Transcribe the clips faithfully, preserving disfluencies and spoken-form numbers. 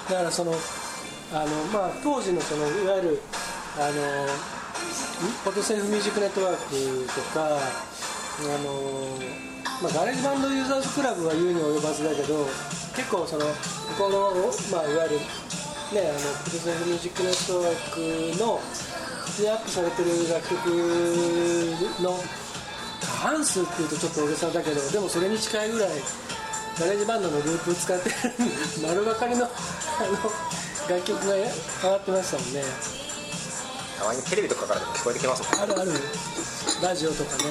だからそのあの、まあ、当時のそのいわゆるあのフォトセーフミュージックネットワークとかあの、まあ、ガレージバンドユーザーズクラブは言うに及ばずだけど結構そのこの、まあ、いわゆる、ね、あのフォトセーフミュージックネットワークのにアップされてる楽曲の過半数っていうとちょっと大げさだけどでもそれに近いぐらいガレージバンドのループを使ってる丸分かりのあの楽曲が変わってましたもんね。 たまにテレビとかからでも聞こえてきますもんね。 あるあるラジオとかね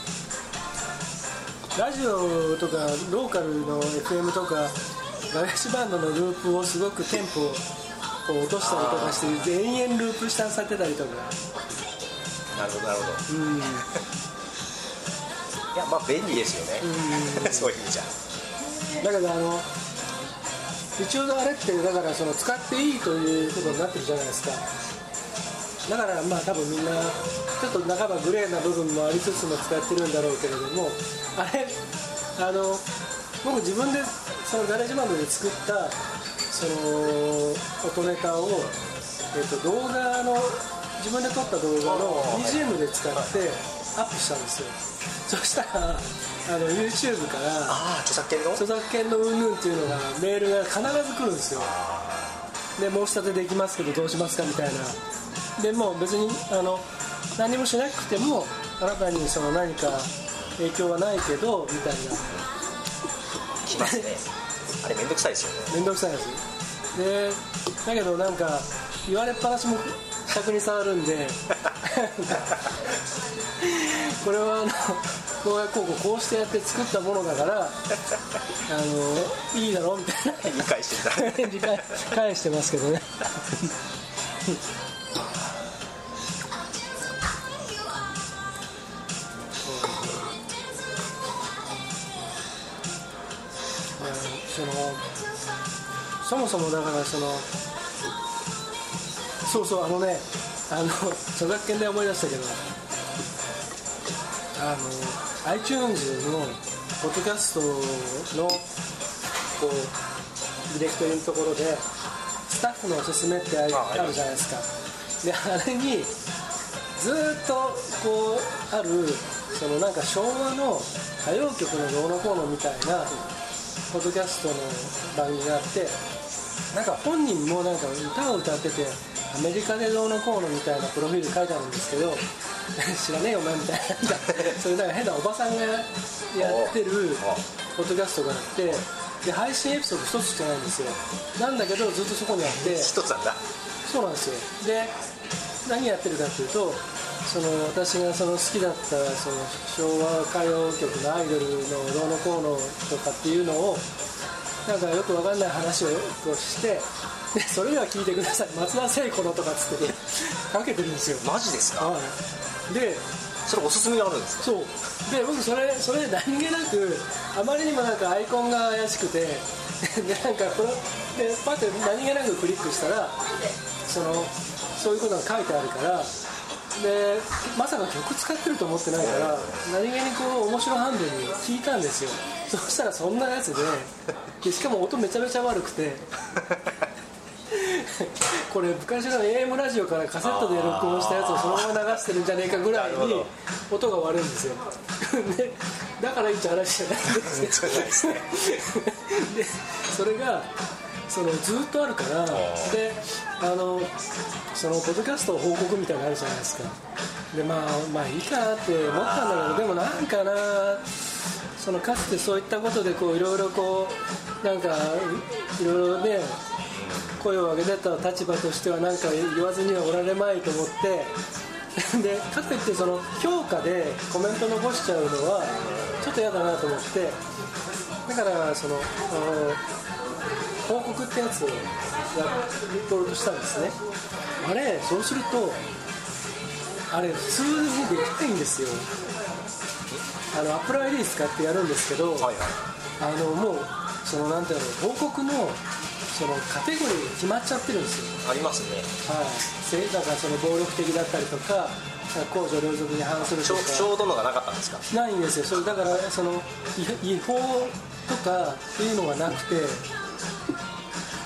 ラジオとかローカルの エフエム とかガレージバンドのループをすごくテンポを落としたりとかして延々ループしたされてたりとか。 なるほどなるほど、うん、いやまあ便利ですよね、うん、そういう意味じゃだけどあの一応あれってだからその使っていいということになってるじゃないですか。だからまあ多分みんなちょっと半ばグレーな部分もありつつも使ってるんだろうけれどもあれあの僕自分でそのガレージバンドで作ったその音ネタを、えー、と動画の自分で撮った動画の ビージーエム で使ってアップしたんですよ。そしたらあの YouTube からあ著作権の著作権のうんぬんっていうのがメールが必ず来るんですよ。で申し立てできますけどどうしますかみたいな。でもう別にあの何もしなくてもあなたにその何か影響はないけどみたいな来ますねあれめんどくさいですよね。 めんどくさいですでだけどなんか言われっぱなしも尺に触るんでこれはあのこうやこうこうこうしてやって作ったものだからあのいいだろみたいな理解してた理解返してますけどねそのそもそもだからそのそうそうあのねあの著作権で思い出したけどあの iTunes のポッドキャストのこうディレクトリのところでスタッフのおすすめってあるじゃないですか。であれにずっとこうあるそのなんか昭和の歌謡曲のどうのこうのみたいなポッドキャストの番組があってなんか本人もなんか歌を歌っててアメリカでどうのこうのみたいなプロフィール書いてあるんですけど知らねえよお前みたいなそういうなんか変なおばさんがやってるポッドキャストがあってで配信エピソード一つしかないんですよ。なんだけどずっとそこにあって一つなんだそうなんですよ。で何やってるかっていうとその私がその好きだったその昭和歌謡曲のアイドルのどうのこうのとかっていうのをなんかよくわかんない話をしてでそれでは聞いてください松田聖子のとかっつってかけてるんですよ。 マジですか。 はい、でそれおすすめがあるんですか。 そうで僕それそれ何気なくあまりにもなんかアイコンが怪しくてでなんかこれでパッて何気なくクリックしたらそのそういうことが書いてあるからでまさか曲使ってると思ってないから何気にこう面白半分に聞いたんですよ。そしたらそんなやつで、でしかも音めちゃめちゃ悪くてこれ昔の エーエム ラジオからカセットで録音したやつをそのまま流してるんじゃねえかぐらいに音が悪いんですよでだからいいっちゃ話じゃないんですよでそれがそのずっとあるからであのそのポッドキャスト報告みたいなのあるじゃないですか。でまあまあいいかなって思ったんだけどでもなんかなそのかつてそういったことでこういろいろこうなんかいろいろね声を上げてた立場としてはなんか言わずにはおられまいと思ってでかといってその評価でコメント残しちゃうのはちょっと嫌だなと思ってだからその報告ってやつをやろうとしたんですね。あれそうするとあれ普通にできないんですよ。あの Apple アイディー 使ってやるんですけど、はいはい、あのもうそのなんていうの報告のそのカテゴリーが決まっちゃってるんですよ。 ありますね。 はい。だからその暴力的だったりとか公序良俗に反するとかちょうどのがなかったんですか。 ないんですよ。それだからその違法とかっていうのがなくて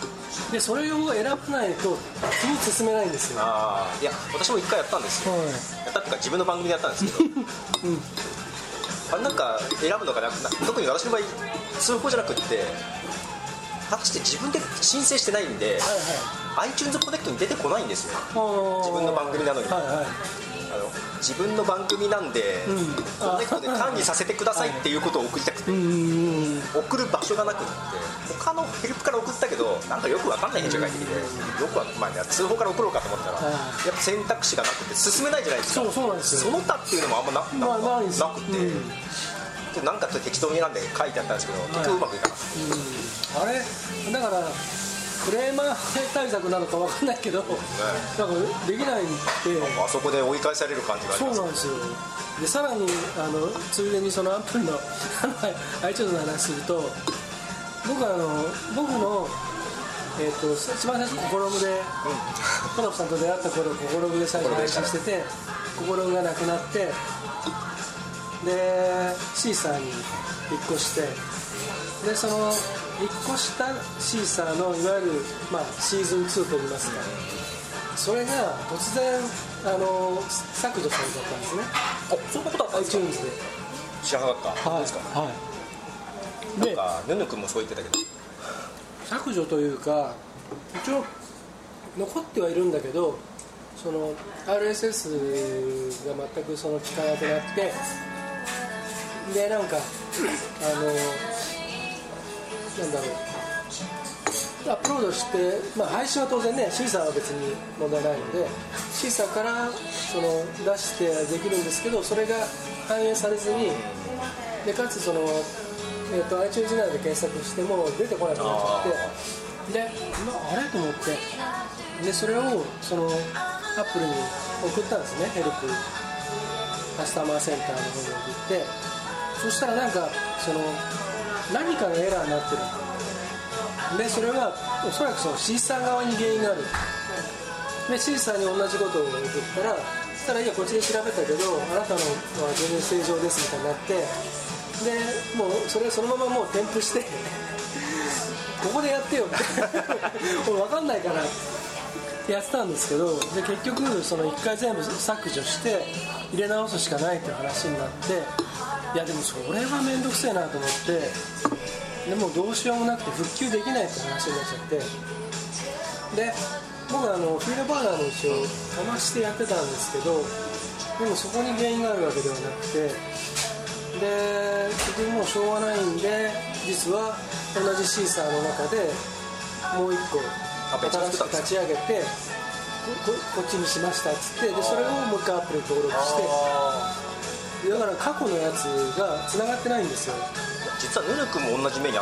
でそれを選ばないと次に進めないんですよ。 ああ、いや私も一回やったんですよ、はい、やったっていうか自分の番組でやったんですけど、うん、あれなんか選ぶのがなくな、特に私の場合通報じゃなくって果たして自分で申請してないんで、はいはい、iTunes コネクトに出てこないんですよ、自分の番組なのに、はいはい、あの自分の番組なんで、うん、コネクトで管理させてくださいっていうことを送りたくて、はい、送る場所がなくって他のヘルプから送ったけどなんかよく分かんない返事が返ってきて、よくは、まあ、通報から送ろうかと思ったら、はい、やっぱ選択肢がなくて進めないじゃないですか。そうそうなんですよ。その他っていうのもあんま な, なんか、まあ、なくて、うんなんか適当に選んで書いてあったんですけど、結局うまくいかなかった、 うん、あれだからクレーマー対策なのか分かんないけど、ね、なんかできないんであそこで追い返される感じがあります。 そうなんですよ。でさらにあのついでにそのアプリのiTunes の話すると、僕はあの僕のえー、と一番最初ココログでトラフさんと出会った頃ココログで最初配信してて、ココログがなくなってでシーサーに引っ越して、でその引っ越したシーサーのいわゆる、まあ、シーズンツーといいますか、それが突然あの削除されちゃったんですね。 あ、そんなことあったんですか。 iTunes で知らなかった。 はい、 ですか。 はい、 なんかヌヌ君もそう言ってたけど、 削除というか一応残ってはいるんだけど、その アールエスエス が全くその効かなくなって、でなんかあのなんだろうアップロードして、まあ、配信は当然ねシーサーは別に問題ないのでシーサーからその出してできるんですけど、それが反映されずに、でかつその、えー、と iTunes 内で検索しても出てこなくなっちゃって、で、まあ、あれと思って、でそれをそのアップルに送ったんですね。ヘルプカスタマーセンターの方に送って、そしたらなんかその何かのエラーになってる。でそれはおそらくそのシーサー側に原因がある。でシーサーに同じことを送ったら、そしたらいやこっちで調べたけどあなたのは全然正常ですみたいになって、でもうそれそのままもう添付してここでやってよって俺分かんないからやってたんですけど、で結局そのいっかい全部削除して入れ直すしかないっていう話になって、いやでもそれは面倒くせえなと思って、でもうどうしようもなくて復旧できないって話になっちゃって、で僕はあのフィードバーナーの一応かましてやってたんですけど、でもそこに原因があるわけではなくて、で結局もうしょうがないんで、実は同じシーサーの中でもう一個新しく立ち上げて こ, こ, こっちにしましたっつって、でそれをもう一回アプリに登録して、だから過去のやつがつながってないんですよ。 実はヌヌ君も同じ目にあって、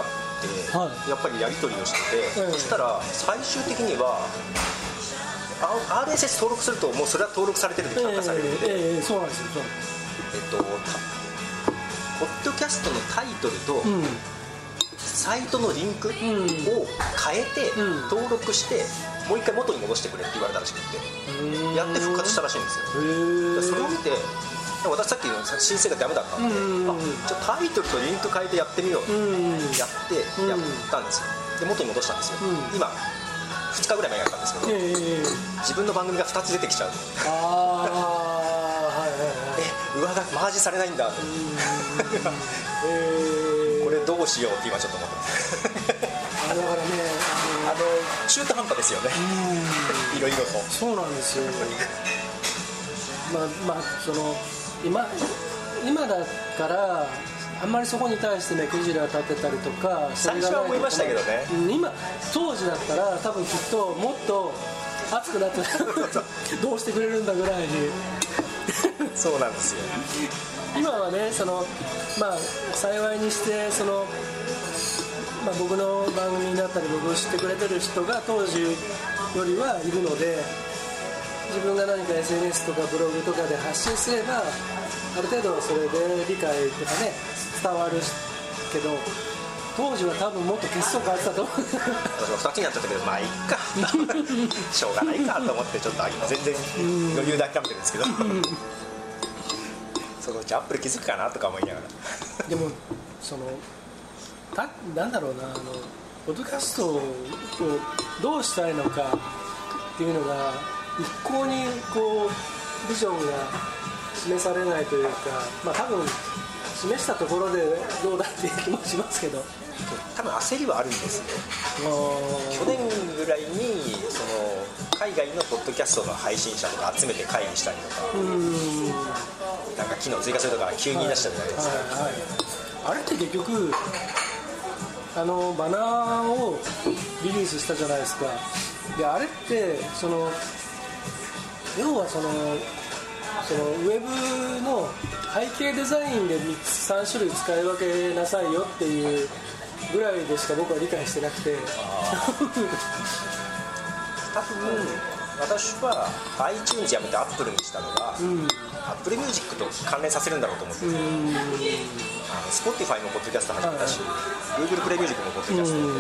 はい、やっぱりやり取りをしてて、はい、そしたら最終的には アールエスエス 登録するともうそれは登録されてるって評価されるので、 えーえー、そうなんですよ。 えっとポッドキャストのタイトルと、うん、サイトのリンクを変えて登録して、うん、もう一回元に戻してくれって言われたらしくて、やって復活したらしいんですよ。それを見て私さっきの申請がダメだったんで、うん、あちょっとタイトルとリンク変えてやってみよう、うん、やってやったんですよ。で元に戻したんですよ、うん、今ふつかぐらい前やったんですけど、えー、自分の番組がふたつ出てきちゃう。あはいはいはい、え上がマージされないんだと、えー、これどうしようって今ちょっと思ってますあだからねあの中途半端ですよねいろいろと。 そうなんですよまあまあその 今, 今だからあんまりそこに対して目くじら立てたりとか最初は思いましたけどね。 今当時だったら多分きっともっと熱くなってどうしてくれるんだぐらいにそうなんですよ。 今はねそのまあ幸いにしてその、まあ、僕の番組になったり僕を知ってくれてる人が当時よりはいるので、自分が何か エスエヌエス とかブログとかで発信すればある程度それで理解とかね伝わるけど、当時は多分もっと結束あったと思う私もふたつになっちゃったけどまあいっかしょうがないかと思ってちょっと全然余裕で諦めてるんですけどそのうちアップル気づくかなとか思いながらでもそのたなんだろうなあのポッドキャストをどうしたいのかっていうのが一向にこうビジョンが示されないというか、まあ多分示したところでどうだっていう気もしますけど、 多分焦りはあるんですよ。去年ぐらいにその海外のポッドキャストの配信者とか集めて会議したりとか、うーんなんか機能追加するとか急に言い出したじゃないですか、はいはいはい、 あれって結局あのバナーをリリースしたじゃないですか。であれってその要はそのそのウェブの背景デザインでみっつさん種類使い分けなさいよっていうぐらいでしか僕は理解してなくて多分私は iTunes やめて Apple にしたのが、うん、Apple Music と関連させるんだろうと思ってて、うん、あの Spotify もポッドキャスト始めたし、はい、Google プレイミュージックもポッドキャスト、うん、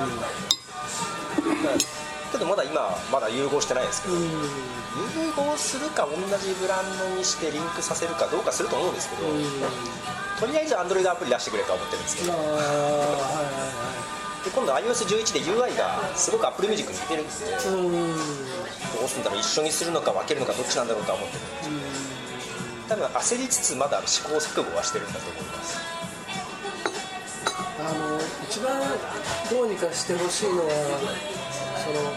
けどまだ今まだ融合してないですけど、うん、融合するか同じブランドにしてリンクさせるかどうかすると思うんですけど、うん、とりあえず Android アプリ出してくれとは思ってるんですけど、あ、はいはいはい、で今度 アイオーエスじゅういち で ユーアイ がすごく Apple Music に似てるんで、うん、どうするんだろう、一緒にするのか分けるのかどっちなんだろうとは思ってるんですけど、多分焦りつつまだ試行錯誤はしてるんだと思います。 あの一番どうにかしてほしいのはその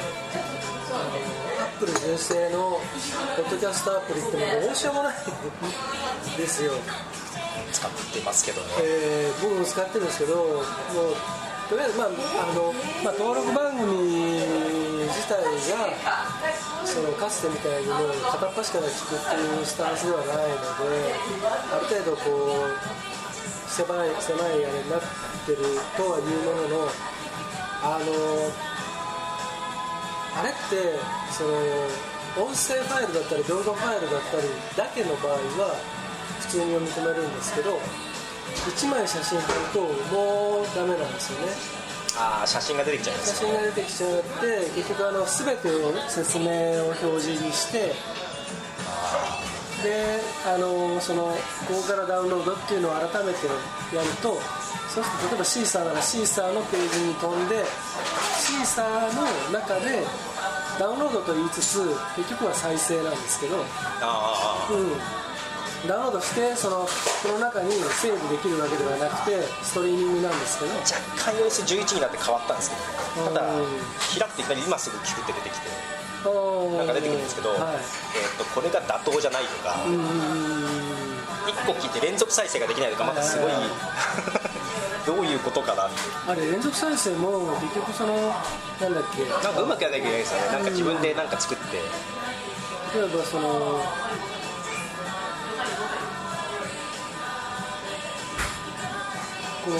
アップル純正のポッドキャストアプリってもうどうしようもないですよ。 使ってますけどね、 えー、僕も使ってるんですけど、もうとりあえず、まああのまあ、登録番組自体がそのかつてみたいにもう片っ端から聞くっていうスタンスではないので、ある程度こう狭い狭いあれになってるとはいうものの、あのあれってその音声ファイルだったり動画ファイルだったりだけの場合は普通に読み込めるんですけど、いちまい写真撮るともうダメなんですよね。 ああ、写真が出てきちゃいますね。写真が出てきちゃって結局あの全てを説明を表示にして、であのそのここからダウンロードっていうのを改めてやると、そうすると例えばシーサーならシーサーのページに飛んでシーサーの中でダウンロードと言いつつ結局は再生なんですけど、あ、うん、ダウンロードしてそのこの中にセーブできるわけではなくてストリーミングなんですけど、 若干 アイオーエスじゅういち になって変わったんですけど、ただ開くといきなり今すぐ聞くって出てきてなんか出てくるんですけど、はい、えー、とこれが妥当じゃないとか、うん、いっこ聞いて連続再生ができないとかまたすごいどういうことかなって。 あれ連続再生も結局そのなんだっけ、 なんかうまくやらなきゃいけないですよね。なんか自分でなんか作って、 例えばそのこの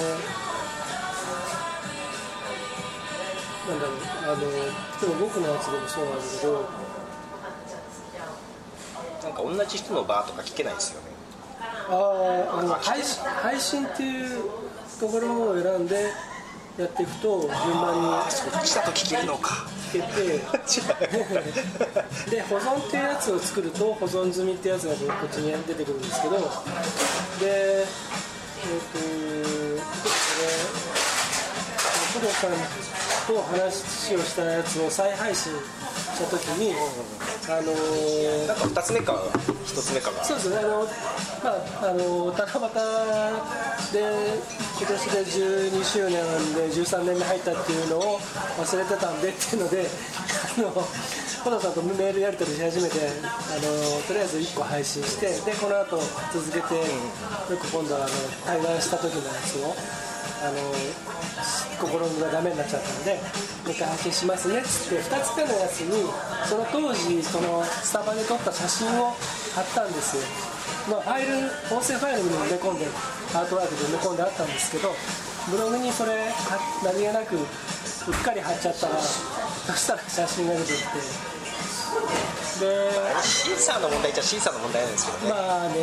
なんだろう、あの例えば僕のやつでもそうなんだけど、 なんか同じ人のバーとか聞けないですよね。 ああ、あの配信配信っていうところを選んでやっていくと順番にそっちだと聞けるのか聞けてで保存っていうやつを作ると保存済みってやつがこっちに出てくるんですけど、でえっ、ー、と工藤さんと話をしたやつを再配信した時に、あのー、 なんかふたつめかひとつめかがそうですね、あの、まあ、あの七夕で今年でじゅうにしゅうねんでじゅうさんねんめ入ったっていうのを忘れてたんでっていうので、あの小田さんとメールやり取りし始めて、あのとりあえずいっこ配信して、でこの後続けて、よく今度はあの対談した時のやつをあの心がダメになっちゃったのでもう一回配信しますねっつってふたつめのやつにその当時そのスタバで撮った写真を貼ったんですよ。まあ、ファイル音声ファイルにも埋め込んでアートワークで埋め込んであったんですけど、ブログにそれ何気なくうっかり貼っちゃったら、そしたら写真が出てきて、 でシーサーの問題じゃシーサーの問題なんですけどね。 まあね、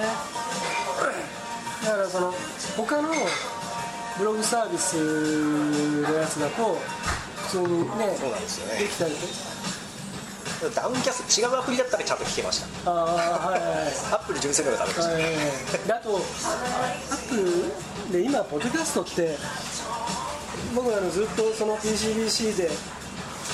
だからその他のブログサービスのやつだと普通にね、 そうなんですよね、 できたりとダウンキャスト違うアプリだったらちゃんと聞けました。 あ、はいはい、 アップル純正のがダメでした、はいはい、 であとアップルで今ポッドキャストって僕らのずっとその ピーシービーシー で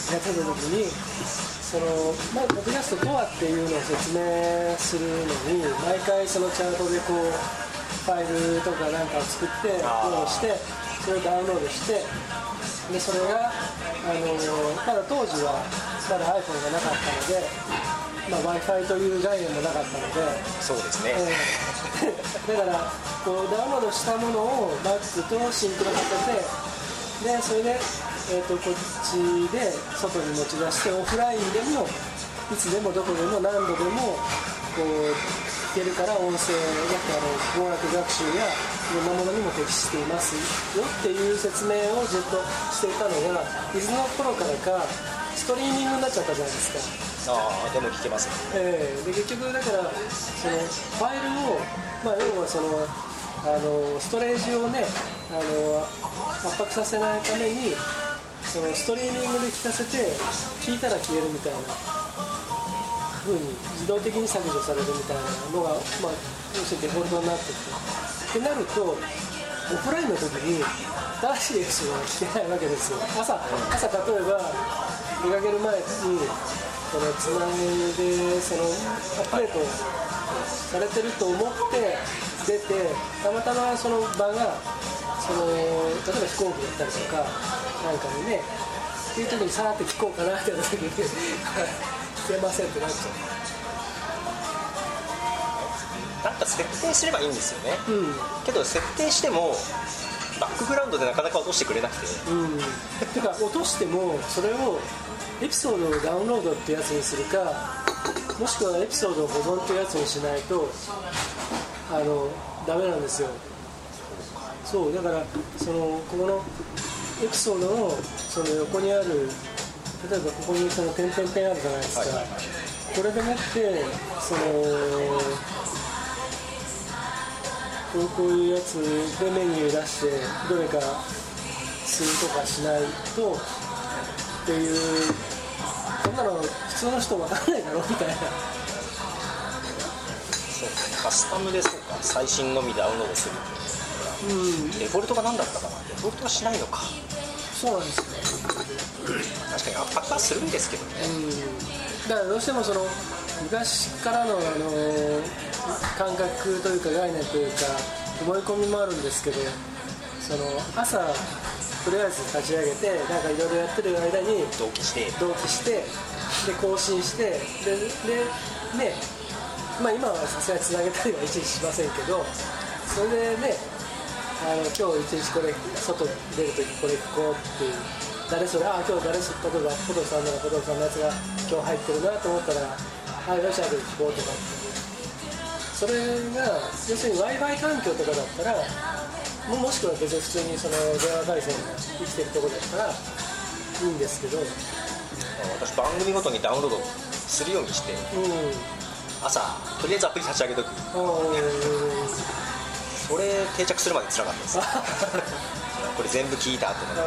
やってた時にその、まあ、ポッドキャストとはっていうのを説明するのに毎回そのチャートでこうファイルとかなんかを作って用意してそれをダウンロードしてでそれがあのまだ当時はまだ iPhone がなかったので、まあ、Wi-Fi という概念もなかったのでそうですね、 えー、だからこうダウンロードしたものを Mac とシンクロさせてでそれで、えー、とこっちで外に持ち出してオフラインでもいつでもどこでも何度でもこう聞けるから音声あの語学学習やいろんなものにも適していますよっていう説明をずっとしていたのがいつの頃からかストリーミングになっちゃったじゃないですか。 ああでも聞けますね、 えー、で結局だからそのファイルを、まあ、要はそのあのストレージをねあの圧迫させないためにそのストリーミングで聞かせて聞いたら消えるみたいな風に自動的に削除されるみたいなのが、まあ、要するにデフォルトになっててってなるとオフラインの時に新しいエピソードが聞けないわけですよ。朝、朝例えば出かける前にこのつないでそのアップデートされてると思って出てたまたまその場がその例えば飛行機だったりとかなんかにねっていう時にさーって聞こうかなってやった時に聞けませんってなっちゃう。 なんか設定すればいいんですよね、うん、けど設定してもバックグラウンドでなかなか落としてくれなくて、 うん、てか落としてもそれをエピソードをダウンロードってやつにするかもしくはエピソードを保存ってやつにしないとあのダメなんですよ。そうだからそのここのエピソードのその横にある例えばここにその点々点あるじゃないですか、はいはい、これでもってそのこうこういうやつでメニュー出してどれか数とかしないとっていうこんなの普通の人分かんないだろうみたいな。 そうカスタムでそうか最新のみダウンロードする、うん、デフォルトが何だったかなデフォルトはしないのか。 そうなんですね。 確かに圧迫はするんですけどね、うん、 だからどうしてもその昔からの、あのー、感覚というか概念というか思い込みもあるんですけどその朝とりあえず立ち上げてなんかいろいろやってる間に同期して同期してで更新してででねまあ今はさすがにつなげたりはいちいちしませんけどそれでねあの今日一日これ外出るときこれ聞こうっていう誰それあ今日誰そ例えばポトフさんならポトフさんのやつが今日入ってるなと思ったらあよしあとで聞こうとかそれが要するに Wi-Fi 環境とかだったらも, もしくは別に普通にその電話回線が生きてるところだったらいいんですけど私番組ごとにダウンロードするようにして、うん、朝とりあえずアプリ立ち上げとくそれ定着するまで辛かったですこれ全部聞いた後の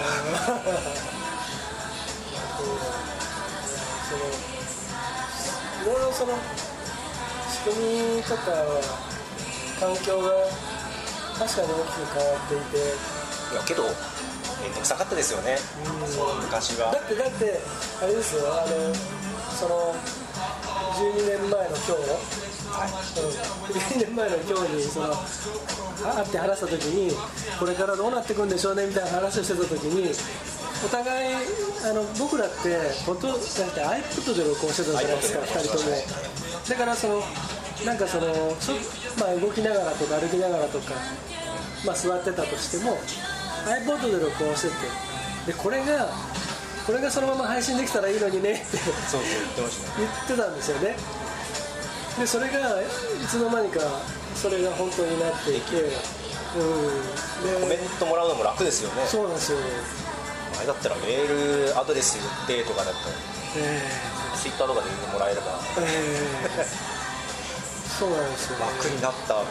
いろいろその仕組みとか環境が確かに大きく変わっていていやけど面倒くさかったですよね、うん、そう昔はだってだってあれですよあのそのじゅうにねんまえの今日、はいうん、じゅうにねんまえの今日にその会って話した時にこれからどうなっていくんでしょうねみたいな話をしてた時にお互いあの僕らって本当だって iPod で録音してたじゃないですかふたりともだからそのなんかそのそ、まあ、動きながらとか歩きながらとか、まあ、座ってたとしても iPod で録音しててでこれがこれがそのまま配信できたらいいのにねってそうそう言ってました言ってたんですよねでそれがいつの間にかそれが本当になっていて、うん、でコメントもらうのも楽ですよねそうなんですよ前だったらメールアドレス言ってとかだったら、えー、ツイッターとかで言ってもらえれば、えー、 そうなんですよ、ね、 楽になっただから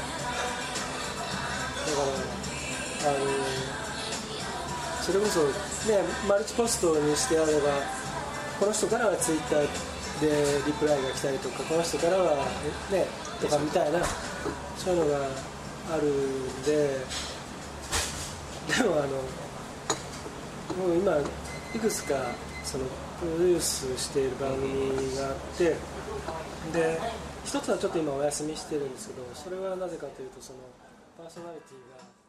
あのそれこそねマルチポストにしてあればこの人からはツイッターでリプライが来たりとかこの人からはねとかみたいなそういうのがあるんででもあのもう今いくつかそのプロデュースしている番組があって、で一つはちょっと今お休みしてるんですけど、それはなぜかというとそのパーソナリティが